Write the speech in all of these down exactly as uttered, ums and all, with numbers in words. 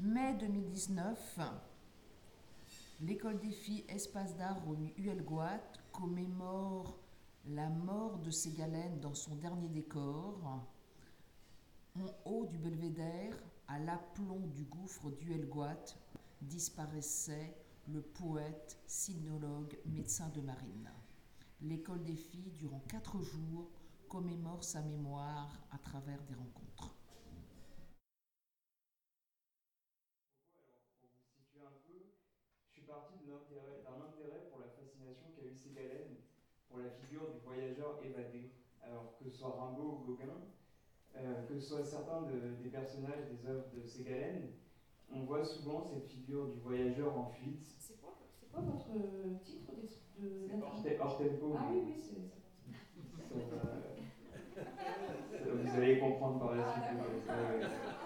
mai deux mille dix-neuf, l'école des filles Espace d'art au Huelgoat commémore la mort de Ségalène dans son dernier décor. En haut du belvédère, à l'aplomb du gouffre d'Huelgoat, disparaissait le poète, sinologue, médecin de marine. L'école des filles, durant quatre jours, commémore sa mémoire à travers des rencontres. Pourquoi alors, pour vous situer un peu, je suis parti de l'intérêt- d'un intérêt pour la fascination qu'a eu Ségalène pour la figure du voyageur évadé. Alors que ce soit Rimbaud ou Gauguin, euh, que ce soit certains de- des personnages des œuvres de Ségalène, on voit souvent cette figure du voyageur en fuite. C'est quoi, c'est quoi votre euh, titre de, de C'est hors, te- hors tempo, Ah mais oui, oui, c'est ça. ça va- ça- vous allez comprendre par la Ah, suite. d'accord. Ouais, ouais.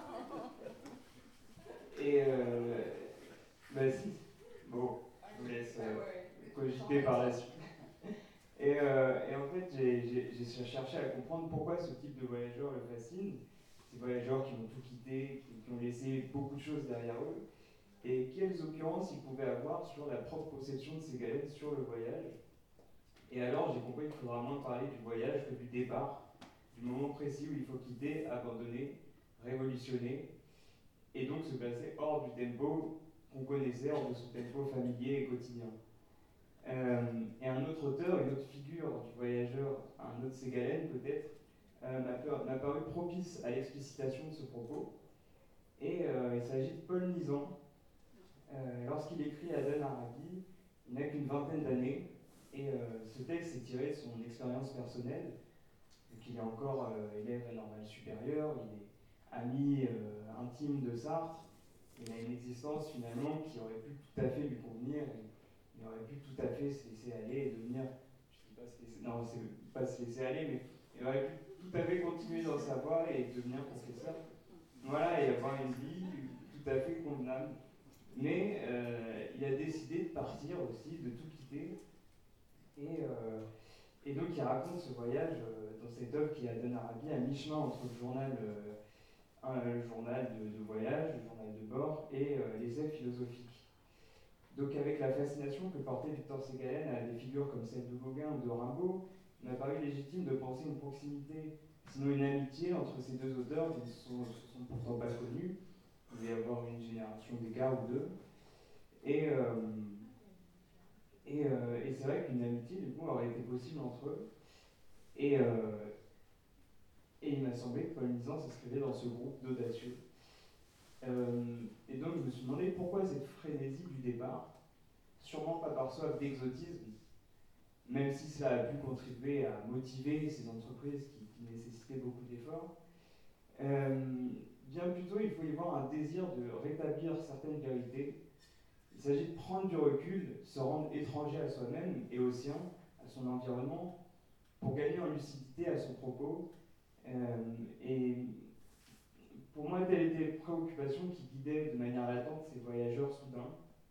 Et euh, bah si, bon, je vous laisse euh, cogiter par la suite. Et, euh, et en fait, j'ai j'ai- j'ai cherché à comprendre pourquoi ce type de voyageurs le fascine. Ces voyageurs qui ont tout quitté, qui, qui ont laissé beaucoup de choses derrière eux, et quelles occurrences ils pouvaient avoir sur la propre conception de ces galères sur le voyage. Et alors, j'ai compris qu'il faudra moins parler du voyage que du départ, du moment précis où il faut quitter, abandonner, révolutionner, et donc se placer hors du tempo qu'on connaissait, hors de son tempo familier et quotidien. Euh, et un autre auteur, une autre figure du voyageur, un autre Ségalène peut-être, euh, m'a paru propice à l'explicitation de ce propos. Et euh, il s'agit de Paul Nizan. Euh, Lorsqu'il écrit Aden Arabi, il n'a qu'une vingtaine d'années, et euh, ce texte est tiré de son expérience personnelle. Donc il est encore euh, élève à Normale Supérieure, il est ami euh, intime de Sartre, il a une existence finalement qui aurait pu tout à fait lui convenir, il aurait pu tout à fait se laisser aller et devenir, je dis pas se laisser, non c'est pas se laisser aller, mais il aurait pu tout à fait continuer dans sa voie et devenir professeur. Voilà, et avoir une vie tout à fait convenable. Mais euh, il a décidé de partir aussi, de tout quitter, et, euh, et donc il raconte ce voyage euh, dans cette œuvre qui est Aden Arabi, à mi-chemin entre le journal, euh, un, le journal de, de voyage, le journal de bord, et euh, l'essai philosophique. Donc avec la fascination que portait Victor Ségalène à des figures comme celle de Gauguin ou de Rimbaud, il m'a paru légitime de penser une proximité, sinon une amitié entre ces deux auteurs qui ne sont, sont pourtant pas connus. Il va y avoir une génération d'écart ou deux. Et, euh, et, euh, et c'est vrai qu'une amitié, du coup, aurait été possible entre eux. Et, euh, et il m'a semblé que Paul Nizan s'inscrivait dans ce groupe d'audacieux. Euh, et donc je me suis demandé pourquoi cette frénésie du départ, sûrement pas par soif d'exotisme, même si cela a pu contribuer à motiver ces entreprises qui, qui nécessitaient beaucoup d'efforts. Euh, bien plutôt, il faut y voir un désir de rétablir certaines vérités. Il s'agit de prendre du recul, se rendre étranger à soi-même et au sien, à son environnement, pour gagner en lucidité à son propos. Euh, et pour moi, telle était la préoccupation qui guidait de manière latente ces voyageurs soudains.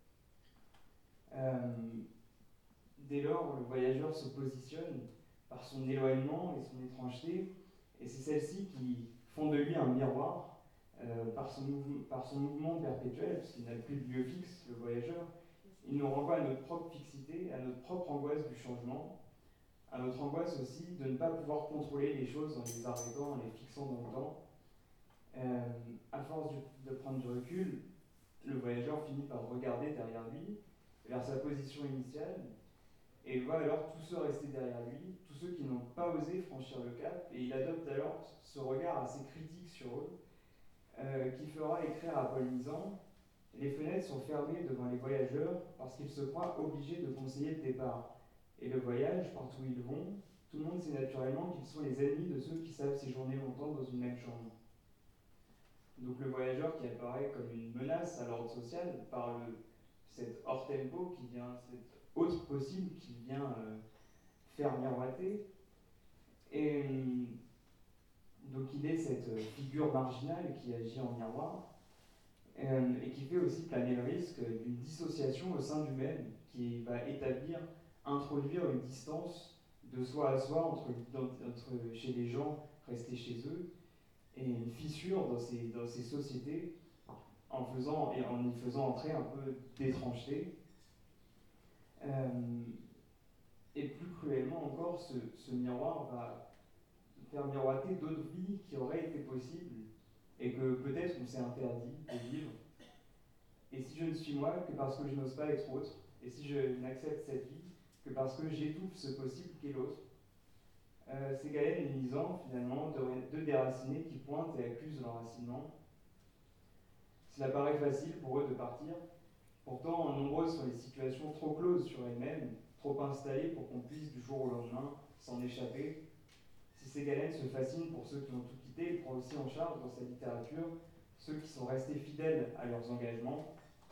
Euh, dès lors, le voyageur se positionne par son éloignement et son étrangeté, et c'est celles-ci qui font de lui un miroir euh, par, son par son mouvement perpétuel, puisqu'il n'a plus de lieu fixe, le voyageur. Il nous renvoie à notre propre fixité, à notre propre angoisse du changement, à notre angoisse aussi de ne pas pouvoir contrôler les choses en les arrêtant, en les fixant dans le temps. Euh, à force de, de prendre du recul, le voyageur finit par regarder derrière lui, vers sa position initiale, et il voit alors tous ceux rester derrière lui, tous ceux qui n'ont pas osé franchir le cap, et il adopte alors ce regard assez critique sur eux, euh, qui fera écrire à Paul Nizan: les fenêtres sont fermées devant les voyageurs parce qu'ils se croient obligés de conseiller le départ. Et le voyage, partout où ils vont, tout le monde sait naturellement qu'ils sont les ennemis de ceux qui savent séjourner longtemps dans une même chambre. Donc le voyageur qui apparaît comme une menace à l'ordre social par le, cet hors-tempo qui vient, cet autre possible qui vient euh, faire miroiter. Et euh, donc il est cette figure marginale qui agit en miroir euh, et qui fait aussi planer le risque d'une dissociation au sein du même qui va établir, introduire une distance de soi à soi entre, entre chez les gens restés chez eux et une fissure dans ces, dans ces sociétés en, faisant, et en y faisant entrer un peu d'étrangeté. Euh, et plus cruellement encore, ce, ce miroir va faire miroiter d'autres vies qui auraient été possibles et que peut-être on s'est interdit de vivre. Et si je ne suis moi que parce que je n'ose pas être autre, et si je n'accepte cette vie que parce que j'étouffe ce possible qu'est l'autre, euh, ces galènes lisant finalement deux déracinés qui pointent et accusent l'enracinement. Cela paraît facile pour eux de partir, pourtant nombreuses sont les situations trop closes sur elles-mêmes, trop installées pour qu'on puisse du jour au lendemain s'en échapper. Si ces galènes se fascinent pour ceux qui ont tout quitté, il prend aussi en charge dans sa littérature ceux qui sont restés fidèles à leurs engagements.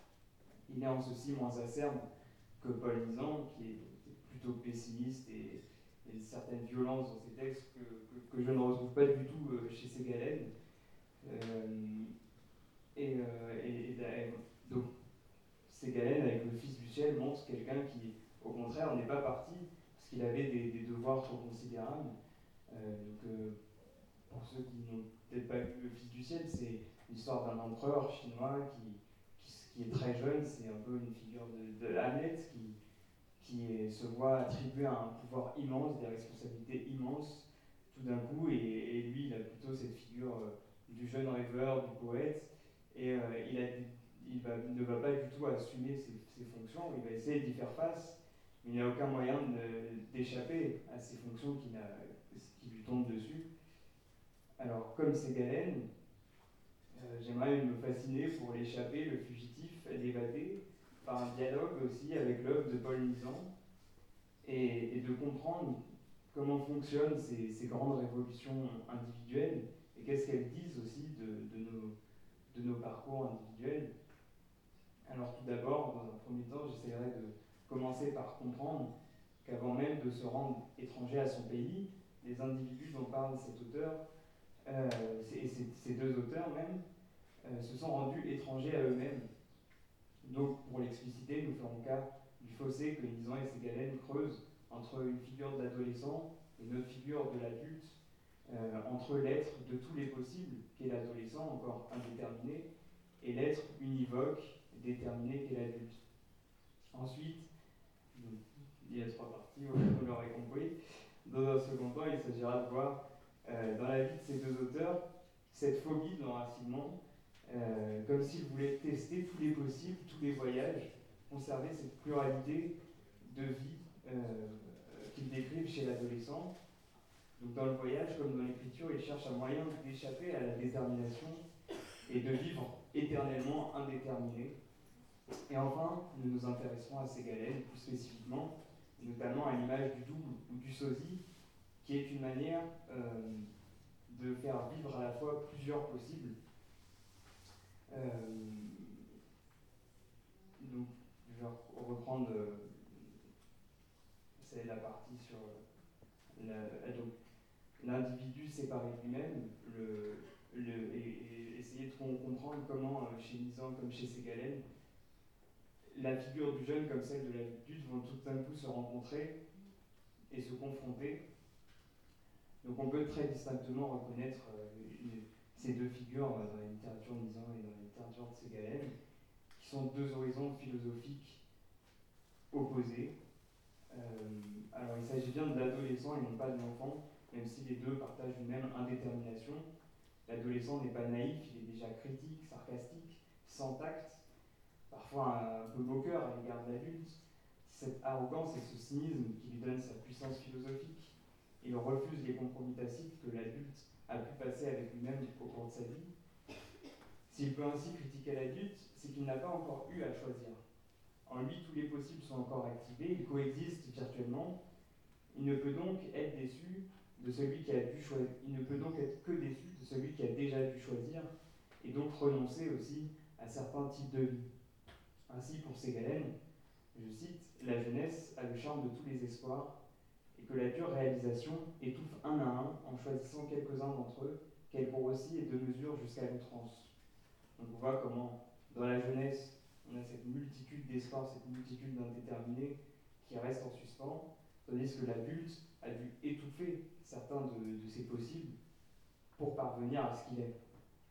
Il est en ceci moins acerbe que Paul Nizan, qui est plutôt pessimiste et, et une certaine violence dans ses textes que, que, que je ne retrouve pas du tout euh, chez Ségalène. Euh, et, euh, et, et, donc, Ségalène, avec Le Fils du ciel, montre quelqu'un qui, au contraire, n'est pas parti parce qu'il avait des, des devoirs trop considérables. Euh, donc, euh, pour ceux qui n'ont peut-être pas vu Le Fils du ciel, c'est l'histoire d'un empereur chinois qui, qui, qui est très jeune, c'est un peu une figure de, de Hamlet qui, qui est, se voit attribuer un pouvoir immense, des responsabilités immenses tout d'un coup, et, et lui il a plutôt cette figure euh, du jeune rêveur, du poète, et euh, il, a, il, va, il ne va pas du tout assumer ses, ses fonctions, il va essayer d'y faire face, mais il n'y a aucun moyen de, d'échapper à ces fonctions qui, qui lui tombent dessus. Alors comme Ségalène, euh, j'aimerais me fasciner pour l'échapper, le fugitif, l'évader, par un dialogue aussi avec l'œuvre de Paul Nizan, et, et de comprendre comment fonctionnent ces, ces grandes révolutions individuelles et qu'est-ce qu'elles disent aussi de, de, nos, de nos parcours individuels. Alors tout d'abord, dans un premier temps, j'essaierai de commencer par comprendre qu'avant même de se rendre étranger à son pays, les individus dont parle cet auteur, euh, et ces, ces deux auteurs même, euh, se sont rendus étrangers à eux-mêmes. Donc, pour l'expliciter, nous ferons cas du fossé que Nizan et Ségalène creusent entre une figure de l'adolescent et une autre figure de l'adulte, euh, entre l'être de tous les possibles, qu'est l'adolescent, encore indéterminé, et l'être univoque, déterminé, qu'est l'adulte. Ensuite, il y a trois parties, vous l'aurez compris. Dans un second temps, il s'agira de voir euh, dans la vie de ces deux auteurs cette phobie de l'enracinement, euh, comme s'ils voulaient tester tous les possibles, tous les voyages, conserver cette pluralité de vie euh, qu'ils décrivent chez l'adolescent. Donc dans le voyage, comme dans l'écriture, ils cherchent un moyen d'échapper à la détermination et de vivre éternellement indéterminé. Et enfin, nous nous intéresserons à Ségalène plus spécifiquement, notamment à l'image du double ou du sosie, qui est une manière euh, de faire vivre à la fois plusieurs possibles. Euh, donc, je vais reprendre euh, c'est la partie sur la, donc, l'individu séparé de lui-même, le, le, et, et essayer de comprendre comment, euh, chez Nizan comme chez Ségalène, la figure du jeune comme celle de l'adulte vont tout d'un coup se rencontrer et se confronter. Donc on peut très distinctement reconnaître euh, une, ces deux figures euh, dans la littérature de Nizan et dans la littérature de Ségalène, qui sont deux horizons philosophiques opposés. Euh, alors il s'agit bien de l'adolescent et non pas de l'enfant, même si les deux partagent une même indétermination. L'adolescent n'est pas naïf, il est déjà critique, sarcastique, sans tact, parfois un peu moqueur à l'égard de l'adulte. Cette arrogance et ce cynisme qui lui donne sa puissance philosophique. Il refuse les compromis tacites que l'adulte a pu passer avec lui-même au cours de sa vie. S'il peut ainsi critiquer l'adulte, c'est qu'il n'a pas encore eu à choisir. En lui, tous les possibles sont encore activés, il coexiste virtuellement. Il ne peut donc être déçu de celui qui a dû choisir. Il ne peut donc être que déçu de celui qui a déjà dû choisir, et donc renoncer aussi à certains types de vie. Ainsi, pour Ségalène, je cite, « La jeunesse a le charme de tous les espoirs, et que la dure réalisation étouffe un à un en choisissant quelques-uns d'entre eux, qu'elle grossit et de mesure jusqu'à l'outrance. » Donc on voit comment, dans la jeunesse, on a cette multitude d'espoirs, cette multitude d'indéterminés qui restent en suspens, tandis que l'adulte a dû étouffer certains de, de ses possibles pour parvenir à ce qu'il est.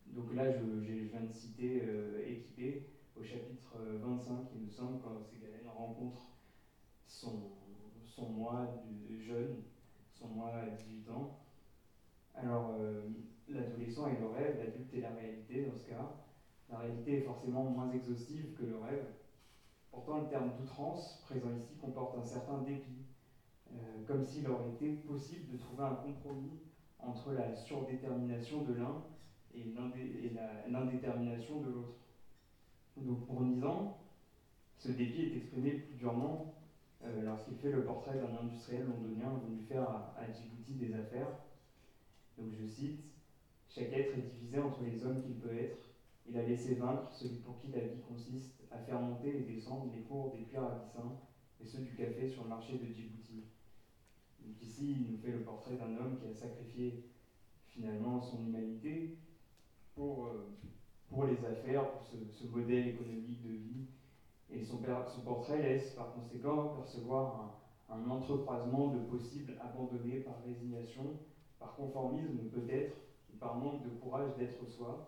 Donc là, je, je viens de citer euh, Équipé au chapitre vingt-cinq, il me semble, quand Ségalen rencontre son, son moi de jeune, son moi à dix-huit ans. Alors, euh, l'adolescent est le rêve, l'adulte est la réalité dans ce cas. La réalité est forcément moins exhaustive que le rêve. Pourtant, le terme d'outrance, présent ici, comporte un certain dépit, euh, comme s'il aurait été possible de trouver un compromis entre la surdétermination de l'un et, l'indé- et la- l'indétermination de l'autre. Donc pour Nizan, ce dépit est exprimé plus durement euh, lorsqu'il fait le portrait d'un industriel londonien venu faire à, à Djibouti des affaires. Donc je cite, « Chaque être est divisé entre les hommes qu'il peut être. Il a laissé vaincre celui pour qui la vie consiste à faire monter et descendre les cours des cuirs à Bissin et ceux du café sur le marché de Djibouti. » Donc ici, il nous fait le portrait d'un homme qui a sacrifié finalement son humanité pour, euh, pour les affaires, pour ce, ce modèle économique de vie. Et son, son portrait laisse par conséquent percevoir un, un entrecroisement de possibles abandonnés par résignation, par conformisme peut-être, ou par manque de courage d'être soi.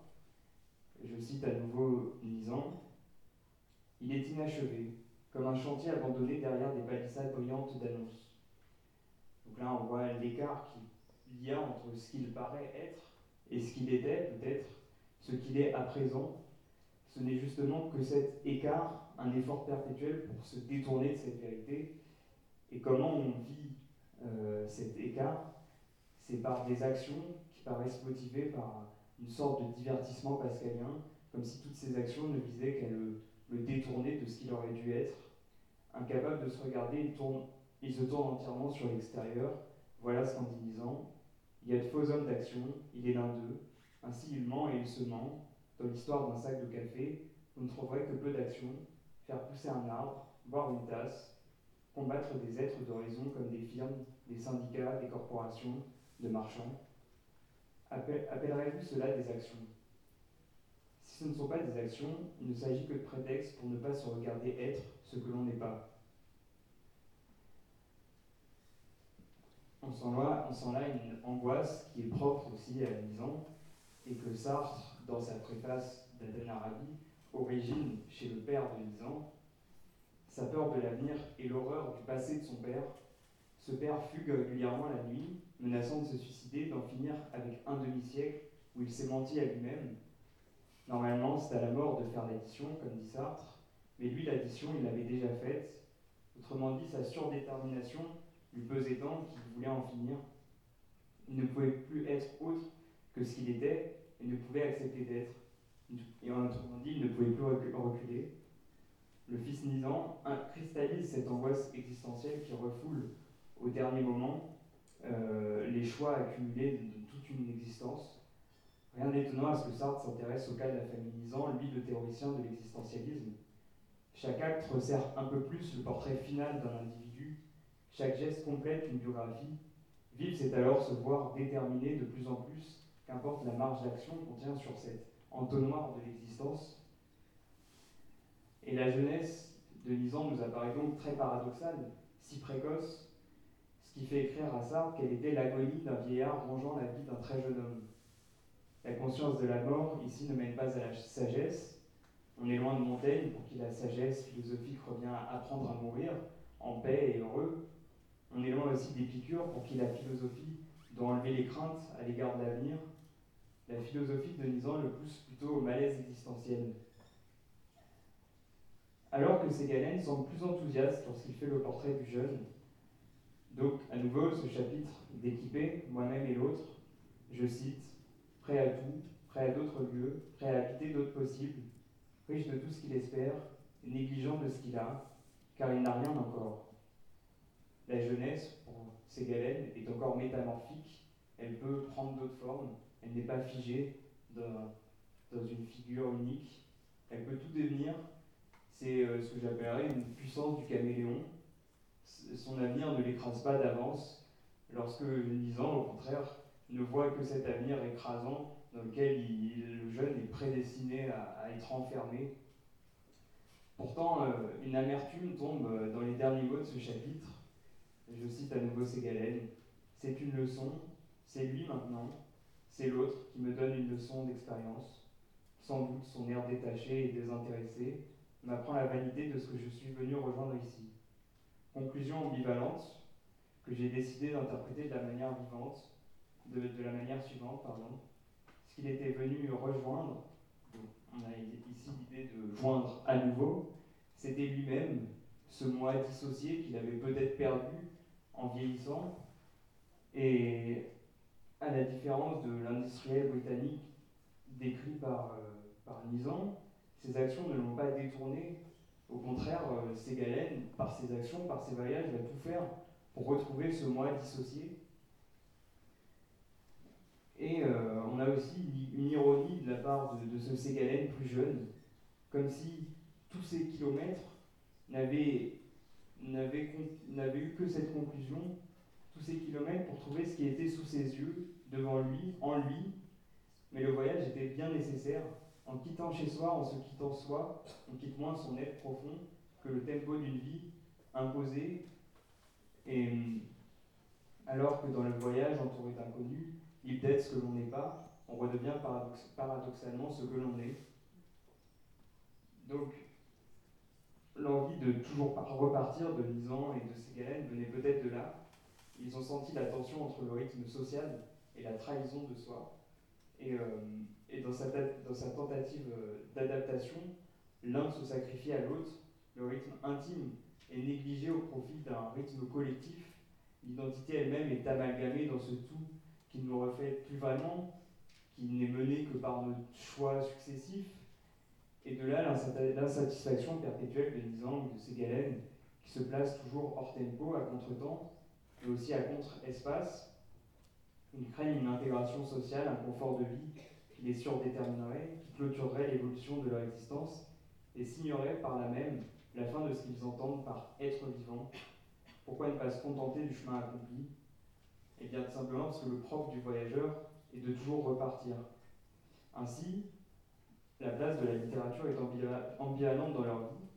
Je cite à nouveau Nizan, « Il est inachevé, comme un chantier abandonné derrière des palissades brillantes d'annonces. » Donc là, on voit l'écart qu'il y a entre ce qu'il paraît être et ce qu'il était peut-être, ce qu'il est à présent. Ce n'est justement que cet écart, un effort perpétuel pour se détourner de cette vérité. Et comment on vit euh, cet écart? C'est par des actions qui paraissent motivées par une sorte de divertissement pascalien, comme si toutes ces actions ne visaient qu'à le, le détourner de ce qu'il aurait dû être. Incapable de se regarder, il, tourne, il se tourne entièrement sur l'extérieur. Voilà ce qu'en disant. Il y a de faux hommes d'action, il est l'un d'eux. Ainsi il ment et il se ment. Dans l'histoire d'un sac de café, vous ne trouverez que peu d'actions. Faire pousser un arbre, boire une tasse, combattre des êtres d'horizon comme des firmes, des syndicats, des corporations, de marchands. Appel, appellerez-vous cela des actions? Si ce ne sont pas des actions, il ne s'agit que de prétextes pour ne pas se regarder être ce que l'on n'est pas. On sent, là, on sent là une angoisse qui est propre aussi à Nizan et que Sartre, dans sa préface d'Aden Arabi, origine chez le père de Nizan. Sa peur de l'avenir et l'horreur du passé de son père. Ce père fugue régulièrement la nuit, menaçant de se suicider, d'en finir avec un demi-siècle où il s'est menti à lui-même. Normalement, c'est à la mort de faire l'addition, comme dit Sartre, mais lui, l'addition, il l'avait déjà faite. Autrement dit, sa surdétermination lui pesait tant qu'il voulait en finir. Il ne pouvait plus être autre que ce qu'il était et ne pouvait accepter d'être. Et en autrement dit, il ne pouvait plus reculer. Le fils Nizan cristallise cette angoisse existentielle qui refoule au dernier moment euh, les choix accumulés de, de toute une existence. Rien d'étonnant à ce que Sartre s'intéresse au cas de la famille Nizan, lui le théoricien de l'existentialisme. Chaque acte resserre un peu plus le portrait final d'un individu, chaque geste complète une biographie. Vivre, c'est alors se voir déterminé de plus en plus, qu'importe la marge d'action qu'on tient sur cet entonnoir de l'existence. Et la jeunesse de Nizan nous apparaît donc très paradoxale, si précoce, ce qui fait écrire à Sartre qu'elle était l'agonie d'un vieillard rongeant la vie d'un très jeune homme. La conscience de la mort, ici, ne mène pas à la sagesse. On est loin de Montaigne, pour qui la sagesse philosophique revient à apprendre à mourir, en paix et heureux. On est loin aussi d'Épicure, pour qui la philosophie doit enlever les craintes à l'égard de l'avenir. La philosophie de Nizan le pousse plutôt au malaise existentiel. Alors que Ségalen semble plus enthousiaste lorsqu'il fait le portrait du jeune. Donc, à nouveau, ce chapitre d'Équipé, moi-même et l'autre, je cite, « Prêt à tout, prêt à d'autres lieux, prêt à habiter d'autres possibles, riche de tout ce qu'il espère, négligent de ce qu'il a, car il n'a rien encore. » La jeunesse, pour Ségalen, est encore métamorphique, elle peut prendre d'autres formes, elle n'est pas figée dans, dans une figure unique, elle peut tout devenir. C'est euh, ce que j'appellerais une puissance du caméléon. Son avenir ne l'écrase pas d'avance, lorsque Nizan, au contraire, ne voit que cet avenir écrasant dans lequel il, le jeune est prédestiné à, à être enfermé. Pourtant, euh, une amertume tombe dans les derniers mots de ce chapitre. Je cite à nouveau Ségalen. « C'est une leçon, c'est lui maintenant, C'est l'autre qui me donne une leçon d'expérience. Sans doute son air détaché et désintéressé m'apprend la vanité de ce que je suis venu rejoindre ici. Conclusion ambivalente que j'ai décidé d'interpréter de la manière vivante, de, de la manière suivante, pardon. Ce qu'il était venu rejoindre, on a ici l'idée de joindre à nouveau, c'était lui-même, ce moi dissocié qu'il avait peut-être perdu en vieillissant, et à la différence de l'industriel britannique décrit par, euh, par Nizan, ses actions ne l'ont pas détourné. Au contraire, euh, Ségalen, par ses actions, par ses voyages, va tout faire pour retrouver ce moi dissocié. Et euh, on a aussi une ironie de la part de, de ce Ségalen plus jeune, comme si tous ces kilomètres n'avaient, n'avaient, n'avaient eu que cette conclusion, tous ces kilomètres pour trouver ce qui était sous ses yeux, devant lui, en lui, mais le voyage était bien nécessaire. En quittant chez soi, en se quittant soi, on quitte moins son être profond que le tempo d'une vie imposée. Et alors que dans le voyage entouré d'inconnus, il d'être ce que l'on n'est pas, on redevient paradox- paradoxalement ce que l'on est. Donc, l'envie de toujours repartir de Nizan et de Ségalen venait peut-être de là. Ils ont senti la tension entre le rythme social et la trahison de soi. Et, euh, et dans, sa dans sa tentative d'adaptation, l'un se sacrifie à l'autre. Le rythme intime est négligé au profit d'un rythme collectif. L'identité elle-même est amalgamée dans ce tout qui ne nous reflète plus vraiment, qui n'est mené que par nos choix successifs. Et de là l'insatisfaction perpétuelle de Nizan ou de Ségalen, qui se place toujours hors tempo, à contre-temps, mais aussi à contre-espace. Ils craignent une intégration sociale, un confort de vie qui les surdéterminerait, qui clôturerait l'évolution de leur existence et signerait par là même la fin de ce qu'ils entendent par être vivant. Pourquoi ne pas se contenter du chemin accompli? Eh bien, tout simplement parce que le propre du voyageur est de toujours repartir. Ainsi, la place de la littérature est ambivalente dans leur vie.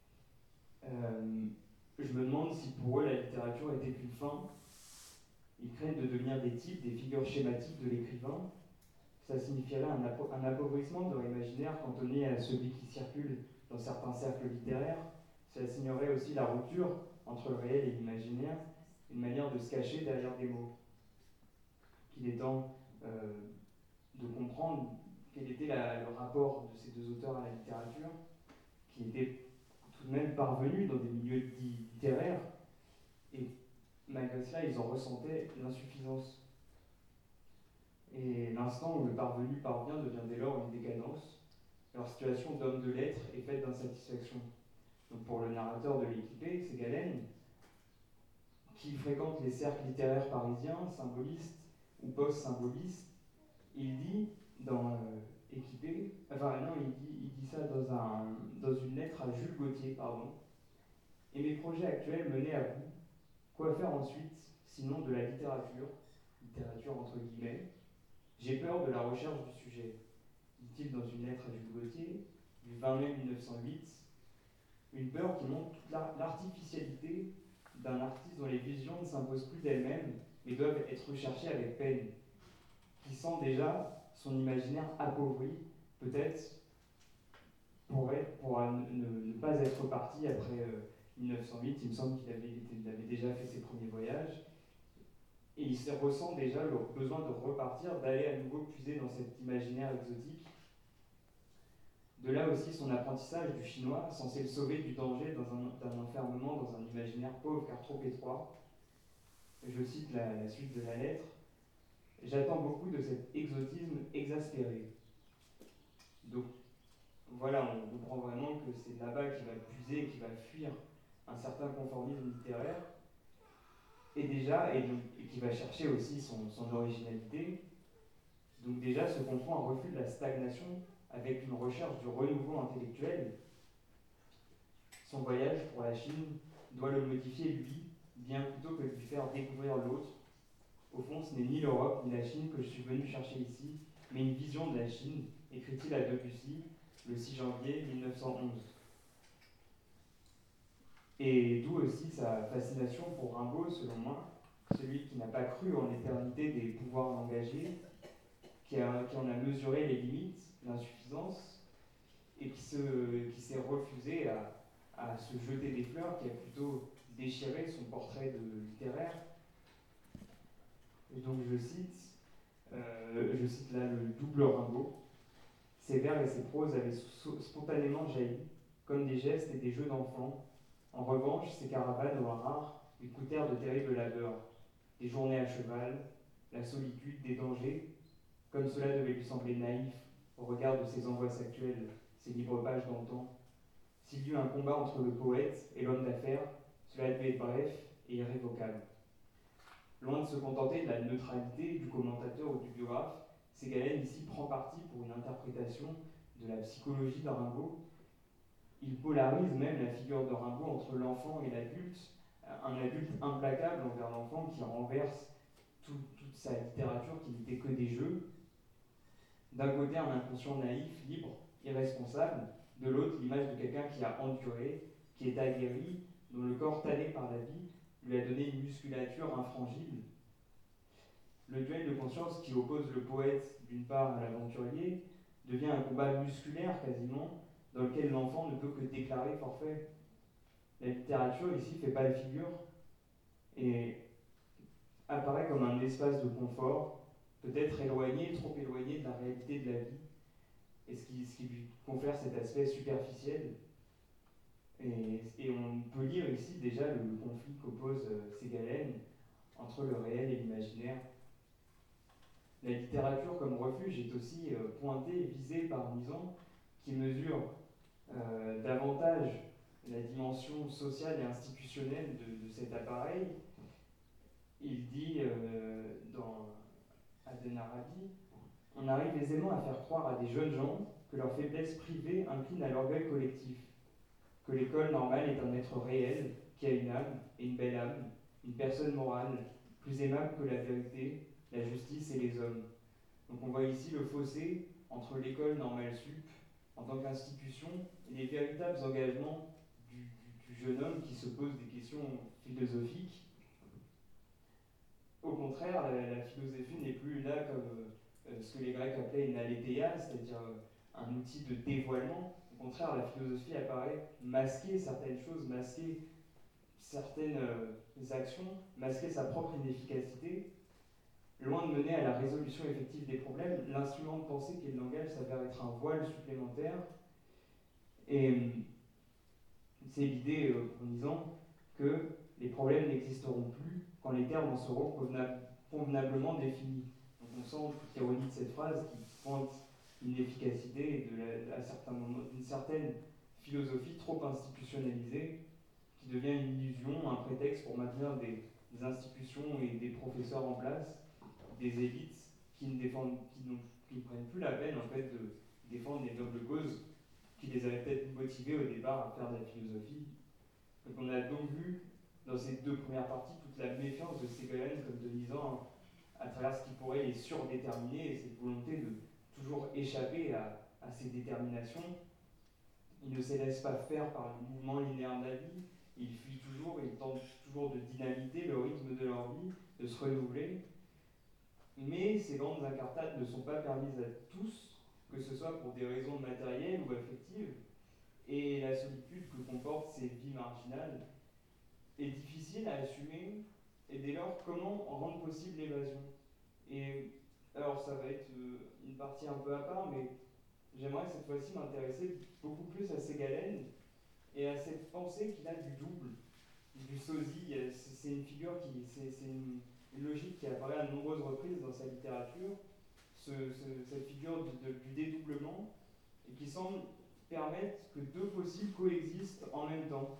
Euh, je me demande si pour eux la littérature était qu'une fin. Ils craignent de devenir des types, des figures schématiques de l'écrivain. Ça signifierait un, apo- un appauvrissement de leur imaginaire cantonné à celui qui circule dans certains cercles littéraires. Ça signerait aussi la rupture entre le réel et l'imaginaire, une manière de se cacher derrière des mots. Qu'il est temps euh, de comprendre quel était la, le rapport de ces deux auteurs à la littérature, qui étaient tout de même parvenus dans des milieux dits littéraires, et malgré cela, ils en ressentaient l'insuffisance. Et l'instant où le parvenu parvient devient dès lors une décadence. Leur situation d'homme de lettres est faite d'insatisfaction. Donc pour le narrateur de l'équipée, Ségalen, qui fréquente les cercles littéraires parisiens, symbolistes ou post-symbolistes, il dit dans euh, Équipée, enfin non, il dit, il dit ça dans, un, dans une lettre à Jules Gauthier, pardon. Et mes projets actuels menés à bout, quoi faire ensuite, sinon de la littérature, littérature entre guillemets. J'ai peur de la recherche du sujet, dit-il dans une lettre à Jules Gauthier, du vingt mai mille neuf cent huit, une peur qui montre toute l'artificialité d'un artiste dont les visions ne s'imposent plus d'elles-mêmes, mais doivent être recherchées avec peine, qui sent déjà son imaginaire appauvri, peut-être pour, être, pour ne, ne pas être parti après euh, mille neuf cent huit, il me semble qu'il avait, il avait déjà fait ses premiers voyages, et il se ressent déjà le besoin de repartir, d'aller à nouveau puiser dans cet imaginaire exotique. De là aussi son apprentissage du chinois, censé le sauver du danger d'un enfermement dans un imaginaire pauvre car trop étroit. Je cite la, la suite de la lettre. J'attends beaucoup de cet exotisme exaspéré. Donc voilà, on comprend vraiment que c'est là-bas qu'il va puiser, qu'il va fuir un certain conformisme littéraire, et déjà, et, donc, et qui va chercher aussi son, son originalité. Donc déjà se confond un refus de la stagnation avec une recherche du renouveau intellectuel. Son voyage pour la Chine doit le modifier lui, bien plutôt que de lui faire découvrir l'autre. Au fond, ce n'est ni l'Europe ni la Chine que je suis venu chercher ici, mais une vision de la Chine, écrit-il à Debussy le six janvier mille neuf cent onze. Et d'où aussi sa fascination pour Rimbaud, selon moi, celui qui n'a pas cru en l'éternité des pouvoirs engagés, qui, a, qui en a mesuré les limites, l'insuffisance, et qui, se, qui s'est refusé à, à se jeter des fleurs, qui a plutôt déchiré son portrait de littéraire. Et donc je cite, euh, je cite là le double Rimbaud. Ses vers et ses proses avaient spontanément jailli, comme des gestes et des jeux d'enfants. En revanche, ces caravanes au rares lui coûtèrent de terribles labeurs, des journées à cheval, la solitude, des dangers, comme cela devait lui sembler naïf au regard de ses angoisses actuelles, ses libres pages d'antan. S'il y eut un combat entre le poète et l'homme d'affaires, cela devait être bref et irrévocable. Loin de se contenter de la neutralité du commentateur ou du biographe, Ségalen ici prend parti pour une interprétation de la psychologie de Rimbaud. Il polarise même la figure de Rimbaud entre l'enfant et l'adulte, un adulte implacable envers l'enfant qui renverse tout, toute sa littérature qui n'était que des jeux. D'un côté, un inconscient naïf, libre, irresponsable, de l'autre, l'image de quelqu'un qui a enduré, qui est aguerri, dont le corps tanné par la vie lui a donné une musculature infrangible. Le duel de conscience qui oppose le poète d'une part à l'aventurier devient un combat musculaire quasiment, dans lequel l'enfant ne peut que déclarer forfait. La littérature ici fait pas de figure et apparaît comme un espace de confort, peut-être éloigné, trop éloigné de la réalité de la vie, et ce qui, ce qui lui confère cet aspect superficiel. Et, et on peut lire ici déjà le, le conflit qu'oppose euh, Ségalen entre le réel et l'imaginaire. La littérature comme refuge est aussi euh, pointée et visée par Mison, qui mesure euh, davantage la dimension sociale et institutionnelle de, de cet appareil. Il dit euh, dans Aden Arabi, on arrive aisément à faire croire à des jeunes gens que leur faiblesse privée incline à l'orgueil collectif, que l'école normale est un être réel qui a une âme et une belle âme, une personne morale, plus aimable que la vérité, la justice et les hommes. Donc on voit ici le fossé entre l'école normale sup en tant qu'institution et les véritables engagements du, du, du jeune homme qui se pose des questions philosophiques. Au contraire, la, la philosophie n'est plus là comme euh, ce que les Grecs appelaient une aletheia, c'est-à-dire euh, un outil de dévoilement. Au contraire, la philosophie apparaît masquer certaines choses, masquer certaines euh, actions, masquer sa propre inefficacité. Loin de mener à la résolution effective des problèmes, l'instrument de pensée qu'est le langage s'avère être un voile supplémentaire. Et euh, c'est l'idée, euh, en disant que les problèmes n'existeront plus quand les termes en seront convenab- convenablement définis. Donc on sent toute l'ironie de cette phrase qui pointe l'inefficacité de la, à certains moments, d'une certaine philosophie trop institutionnalisée qui devient une illusion, un prétexte pour maintenir des, des institutions et des professeurs en place, des élites qui ne, défendent, qui, qui ne prennent plus la peine en fait, de défendre les nobles causes qui les avaient peut-être motivés au départ à faire de la philosophie. Donc on a donc vu dans ces deux premières parties toute la méfiance de Ségalen comme de Nizan à travers ce qui pourrait les surdéterminer et cette volonté de toujours échapper à, à ces déterminations. Ils ne se laissent pas faire par le mouvement linéaire de la vie, ils fuient toujours, ils tentent toujours de dynamiter le rythme de leur vie, de se renouveler. Mais ces grandes incartades ne sont pas permises à tous, que ce soit pour des raisons matérielles ou affectives, et la solitude que comportent ces vies marginales est difficile à assumer, et dès lors, comment rendre possible l'évasion? Et alors, ça va être une partie un peu à part, mais j'aimerais cette fois-ci m'intéresser beaucoup plus à Ségalen et à cette pensée qu'il a du double, du sosie. C'est une figure qui, c'est, c'est une, une logique qui apparaît à de nombreuses reprises dans sa littérature, ce, ce, cette figure de, de, du dédoublement, et qui semble permettre que deux possibles coexistent en même temps.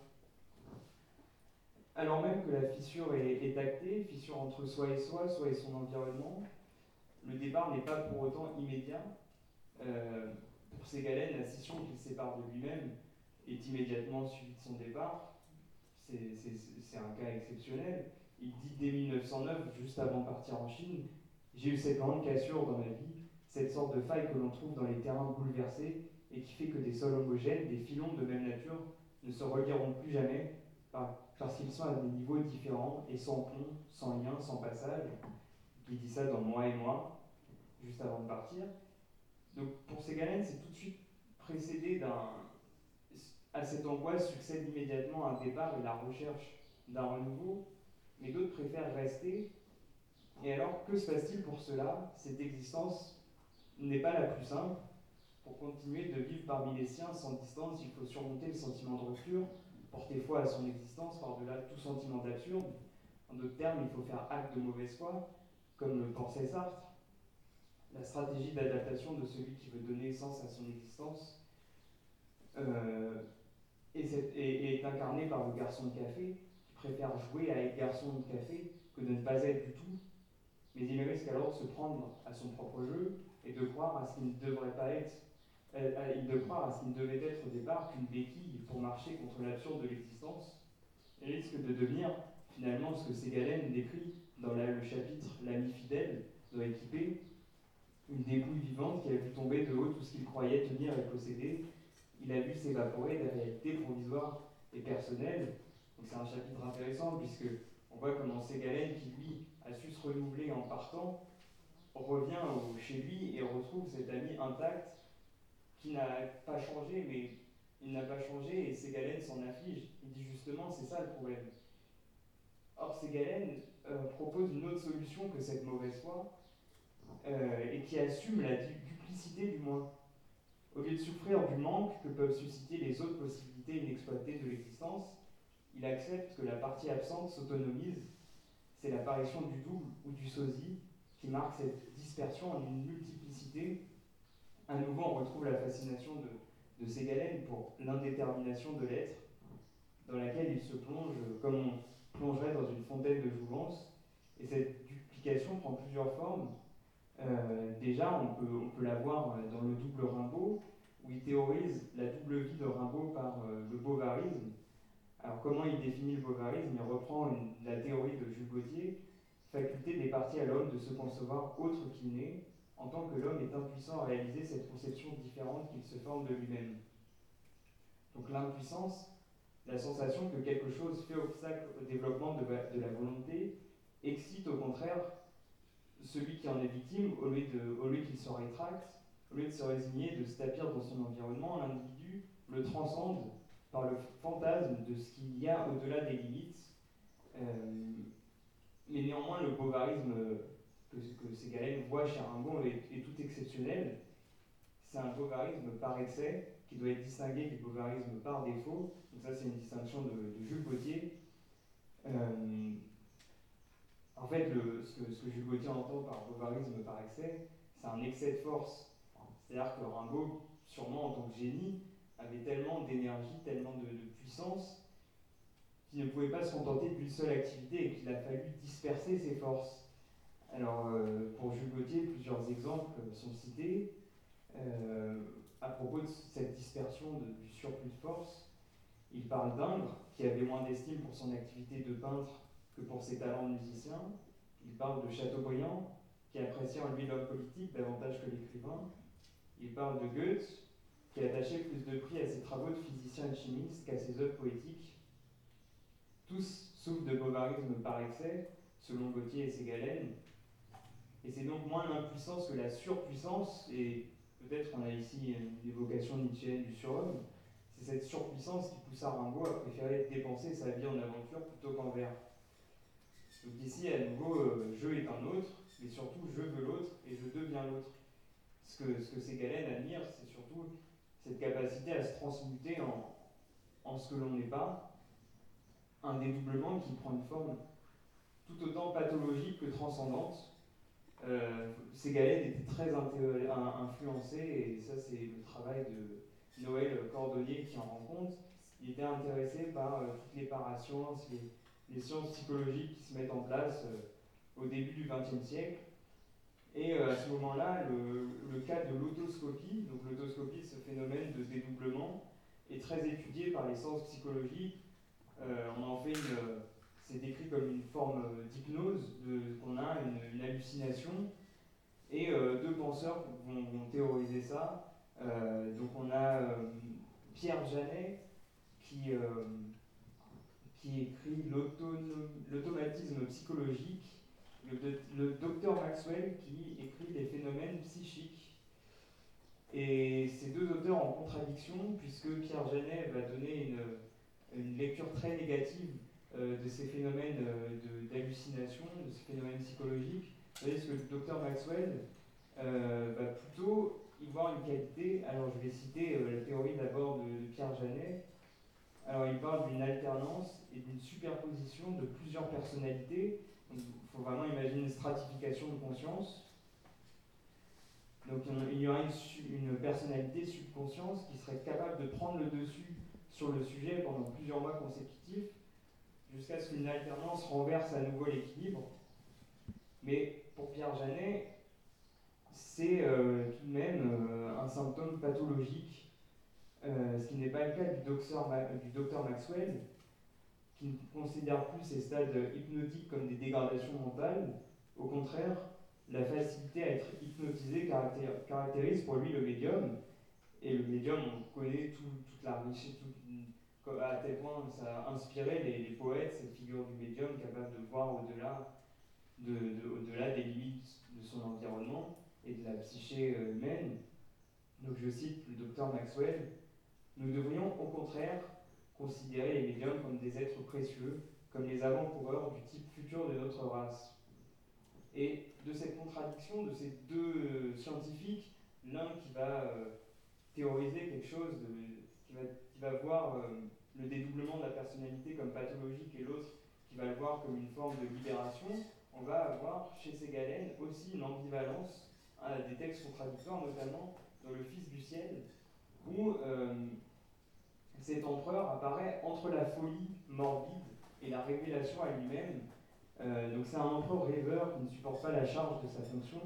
Alors même que la fissure est, est actée, fissure entre soi et soi, soi et son environnement, le départ n'est pas pour autant immédiat. Euh, pour Ségalen, la scission qu'il sépare de lui-même est immédiatement suivie de son départ. C'est, c'est, c'est un cas exceptionnel. Il dit dès mille neuf cent neuf, juste avant de partir en Chine, j'ai eu cette grande cassure dans ma vie, cette sorte de faille que l'on trouve dans les terrains bouleversés et qui fait que des sols homogènes, des filons de même nature, ne se relieront plus jamais par, parce qu'ils sont à des niveaux différents et sans pont, sans lien, sans passage. Il dit ça dans Moi et moi. juste avant de partir. Donc pour Ségalen, c'est tout de suite précédé d'un... À cette angoisse succède immédiatement un départ et la recherche d'un renouveau, mais d'autres préfèrent rester. Et alors, que se passe-t-il pour cela? Cette existence n'est pas la plus simple. Pour continuer de vivre parmi les siens sans distance, il faut surmonter le sentiment de rupture, porter foi à son existence par-delà tout sentiment d'absurde. En d'autres termes, il faut faire acte de mauvaise foi, comme le pensait Sartre. La stratégie d'adaptation de celui qui veut donner sens à son existence euh, est, est, est incarnée par le garçon de café, qui préfère jouer à être garçon de café que de ne pas être du tout, mais il risque alors de se prendre à son propre jeu et de croire à ce qu'il ne devrait pas être, euh, de croire à ce qu'il ne devait être au départ qu'une béquille pour marcher contre l'absurde de l'existence, et risque de devenir finalement ce que Ségalen décrit dans la, le chapitre L'ami fidèle de Équipé, une dépouille vivante qui a vu tomber de haut tout ce qu'il croyait tenir et posséder. Il a vu s'évaporer des réalités provisoires et personnelles. Donc c'est un chapitre intéressant puisque on voit comment Ségalen, qui lui a su se renouveler en partant, revient au, chez lui et retrouve cet ami intact qui n'a pas changé, mais il n'a pas changé et Ségalen s'en afflige. Il dit justement, c'est ça le problème. Or, Ségalen euh, propose une autre solution que cette mauvaise foi euh, et qui assume la duplicité du moins. Au lieu de souffrir du manque que peuvent susciter les autres possibilités inexploitées de l'existence, il accepte que la partie absente s'autonomise. C'est l'apparition du double ou du sosie qui marque cette dispersion en une multiplicité. À nouveau, on retrouve la fascination de, de Ségalen pour l'indétermination de l'être, dans laquelle il se plonge comme on plongerait dans une fontaine de jouvence. Et cette duplication prend plusieurs formes. Euh, déjà, on peut, on peut la voir dans le double Rimbaud, où il théorise la double vie de Rimbaud par euh, le bovarisme. Alors, comment il définit le bovarisme? Il reprend une, la théorie de Jules Gauthier, faculté des parties à l'homme de se concevoir autre qu'il n'est, en tant que l'homme est impuissant à réaliser cette conception différente qu'il se forme de lui-même. Donc l'impuissance, la sensation que quelque chose fait obstacle au développement de, de la volonté, excite au contraire celui qui en est victime, au lieu, de, au lieu qu'il se rétracte, au lieu de se résigner, de se tapir dans son environnement, l'individu le transcende par le fantasme de ce qu'il y a au-delà des limites. Euh, mais néanmoins, le bovarisme que, que Ségalen voit chez Rimbaud est, est tout exceptionnel. C'est un bovarisme par excès qui doit être distingué du bovarisme par défaut. Donc ça, c'est une distinction de, de Jules Gauthier. Euh, en fait, le, ce, que, ce que Jules Gauthier entend par bovarisme par excès, c'est un excès de force. C'est-à-dire que Rimbaud, sûrement en tant que génie, avait tellement d'énergie, tellement de, de puissance, qu'il ne pouvait pas se contenter d'une seule activité et qu'il a fallu disperser ses forces. Alors, euh, pour Jules Gauthier, plusieurs exemples sont cités. Euh, à propos de cette dispersion de, du surplus de force, il parle d'Ingres, qui avait moins d'estime pour son activité de peintre que pour ses talents de musicien. Il parle de Chateaubriand, qui appréciait en lui l'homme politique davantage que l'écrivain. Il parle de Goethe, qui attachait plus de prix à ses travaux de physicien et de chimiste qu'à ses œuvres poétiques. Tous souffrent de bovarisme par excès, selon Gauthier et Ségalen. Et c'est donc moins l'impuissance que la surpuissance, et peut-être qu'on a ici une évocation nietzschéenne du surhomme, c'est cette surpuissance qui poussa Rimbaud à préférer dépenser sa vie en aventure plutôt qu'en vers. Donc ici, à nouveau, euh, je est un autre, mais surtout je veux l'autre et je deviens l'autre. Ce que, ce que Ségalen admire, c'est surtout cette capacité à se transmuter en, en ce que l'on n'est pas, un dédoublement qui prend une forme tout autant pathologique que transcendante. Euh, Ségalen était très inté- influencé, et ça c'est le travail de Noël Cordonnier qui en rend compte. Il était intéressé par euh, toutes les parasciences, les, les sciences psychologiques qui se mettent en place euh, au début du vingtième siècle. Et euh, à ce moment-là, le, le cas de l'autoscopie, donc l'autoscopie, ce phénomène de dédoublement, est très étudié par les sciences psychologiques. Euh, on en fait une, c'est décrit comme une forme d'hypnose, de, qu'on a une, une hallucination, et euh, deux penseurs vont, vont théoriser ça. Euh, donc on a euh, Pierre Janet qui, euh, qui écrit l'automatisme psychologique, le, le docteur Maxwell qui écrit les phénomènes psychiques. Et ces deux auteurs en contradiction, puisque Pierre Janet va donner une, une lecture très négative euh, de ces phénomènes euh, d'hallucination, de, de ces phénomènes psychologiques, tandis que le docteur Maxwell euh, va plutôt y voir une qualité. Alors je vais citer euh, la théorie d'abord de, de Pierre Janet. Alors il parle d'une alternance et d'une superposition de plusieurs personnalités. Il faut vraiment imaginer une stratification de conscience. Donc il y aura une, une personnalité subconscience qui serait capable de prendre le dessus sur le sujet pendant plusieurs mois consécutifs, jusqu'à ce qu'une alternance renverse à nouveau l'équilibre. Mais pour Pierre Janet, c'est euh, tout de même euh, un symptôme pathologique, euh, ce qui n'est pas le cas du docteur, du docteur Maxwell, qui ne considère plus ces stades hypnotiques comme des dégradations mentales. Au contraire, la facilité à être hypnotisé caractérise pour lui le médium. Et le médium, on connaît tout, toute la richesse, tout, à tel point ça a inspiré les, les poètes, cette figure du médium capable de voir au-delà de, de, au-delà des limites de son environnement et de la psyché humaine. Donc je cite le docteur Maxwell, « Nous devrions au contraire considérer les médiums comme des êtres précieux, comme les avant-coureurs du type futur de notre race. » Et de cette contradiction de ces deux scientifiques, l'un qui va euh, théoriser quelque chose, de, qui, va, qui va voir euh, le dédoublement de la personnalité comme pathologique et l'autre qui va le voir comme une forme de libération, on va avoir chez Ségalen aussi une ambivalence, hein, des textes contradictoires, notamment dans Le Fils du ciel, où euh, cet empereur apparaît entre la folie morbide et la révélation à lui-même. Euh, donc c'est un empereur rêveur qui ne supporte pas la charge de sa fonction,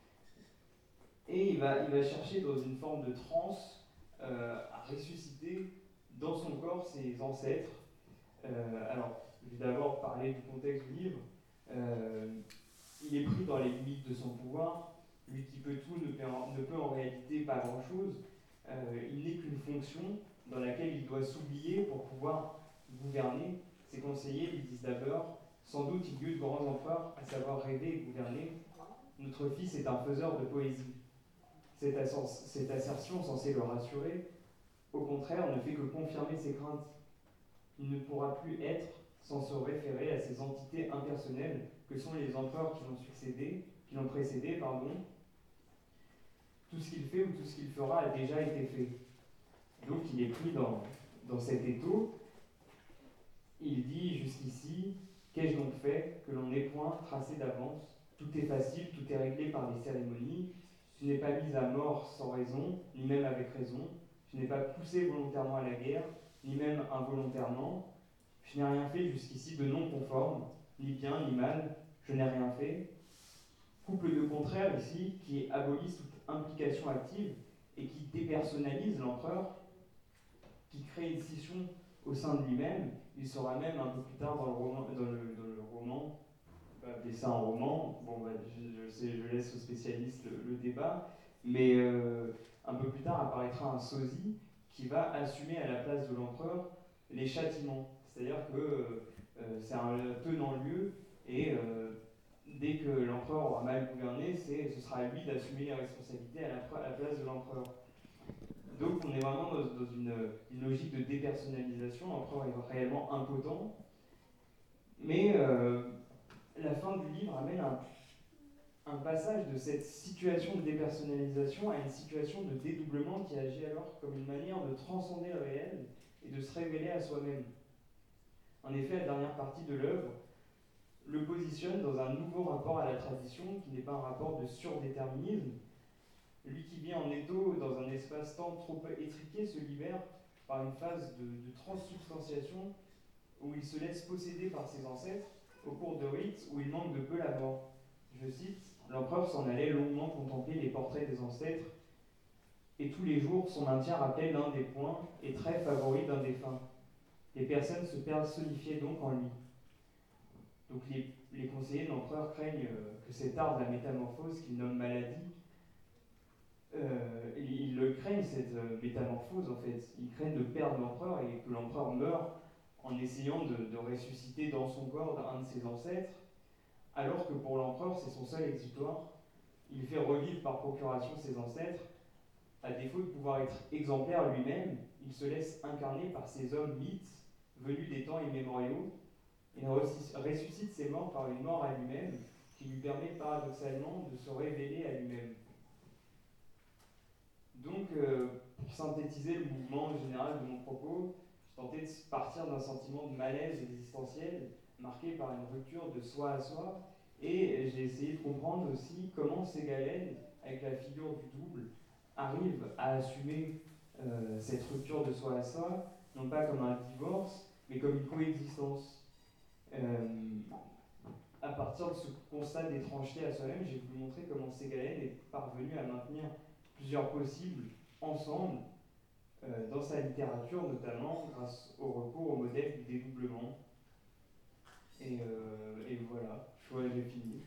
et il va, il va chercher dans une forme de transe euh, à ressusciter dans son corps ses ancêtres. Euh, alors, je vais d'abord parler du contexte du livre. Euh, il est pris dans les limites de son pouvoir. Lui qui peut tout ne peut en, ne peut en réalité pas grand-chose. Euh, il n'est qu'une fonction dans laquelle il doit s'oublier pour pouvoir gouverner. Ses conseillers lui disent d'abord, sans doute il y eut de grands empereurs à savoir rêver et gouverner. Notre fils est un faiseur de poésie. Cette, assertion, cette assertion censée le rassurer, au contraire, ne fait que confirmer ses craintes. Il ne pourra plus être sans se référer à ces entités impersonnelles que sont les empereurs qui l'ont succédé, qui l'ont précédé, pardon. Tout ce qu'il fait ou tout ce qu'il fera a déjà été fait. Donc il est pris dans, dans cet étau. Il dit jusqu'ici, qu'ai-je donc fait que l'on n'ait point tracé d'avance? Tout est facile, tout est réglé par des cérémonies. Je n'ai pas mis à mort sans raison, ni même avec raison. Je n'ai pas poussé volontairement à la guerre, ni même involontairement. Je n'ai rien fait jusqu'ici de non conforme, ni bien ni mal. Je n'ai rien fait. Couple de contraires ici qui abolissent toute implication active et qui dépersonnalisent l'empereur, qui crée une scission au sein de lui-même. Il sera même un peu plus tard dans le roman, dans le, dans le roman on va appeler ça un roman, bon, bah, je, je, sais, je laisse aux spécialistes le, le débat, mais euh, un peu plus tard apparaîtra un sosie qui va assumer à la place de l'empereur les châtiments. C'est-à-dire que euh, c'est un tenant-lieu, et euh, dès que l'empereur aura mal gouverné, ce sera à lui d'assumer les responsabilités à la, à la place de l'empereur. Donc on est vraiment dans, dans une, une logique de dépersonnalisation. L'empereur est réellement impotent, mais euh, la fin du livre amène un, un passage de cette situation de dépersonnalisation à une situation de dédoublement qui agit alors comme une manière de transcender le réel et de se révéler à soi-même. En effet, la dernière partie de l'œuvre le positionne dans un nouveau rapport à la tradition qui n'est pas un rapport de surdéterminisme. Lui qui vit en étau dans un espace-temps trop étriqué se libère par une phase de, de transsubstantiation où il se laisse posséder par ses ancêtres au cours de rites où il manque de peu la mort. Je cite, « L'empereur s'en allait longuement contempler les portraits des ancêtres, et tous les jours son maintien rappelait l'un des points et traits favoris d'un défunt. Les personnes se personnifiaient donc en lui. » Donc les, les conseillers de l'empereur craignent euh, que cet art de la métamorphose qu'il nomme maladie, euh, ils, ils le craignent cette euh, métamorphose en fait. Ils craignent de perdre l'empereur et que l'empereur meure en essayant de, de ressusciter dans son corps un de ses ancêtres. alors que pour l'empereur, c'est son seul exutoire. Il fait revivre par procuration ses ancêtres. À défaut de pouvoir être exemplaire lui-même, il se laisse incarner par ces hommes mythes venus des temps immémoriaux. Il ressuscite ses morts par une mort à lui-même qui lui permet paradoxalement de se révéler à lui-même. Donc, euh, pour synthétiser le mouvement général de mon propos, je tentais de partir d'un sentiment de malaise existentiel marqué par une rupture de soi à soi, et j'ai essayé de comprendre aussi comment Ségalen, avec la figure du double, arrive à assumer euh, cette rupture de soi à soi, non pas comme un divorce, mais comme une coexistence. Euh, à partir de ce constat d'étrangeté à soi-même, j'ai voulu montrer comment Ségalen est parvenu à maintenir plusieurs possibles ensemble, euh, dans sa littérature notamment, grâce au recours au modèle du dédoublement. Et, euh, et voilà, je vois, j'ai fini.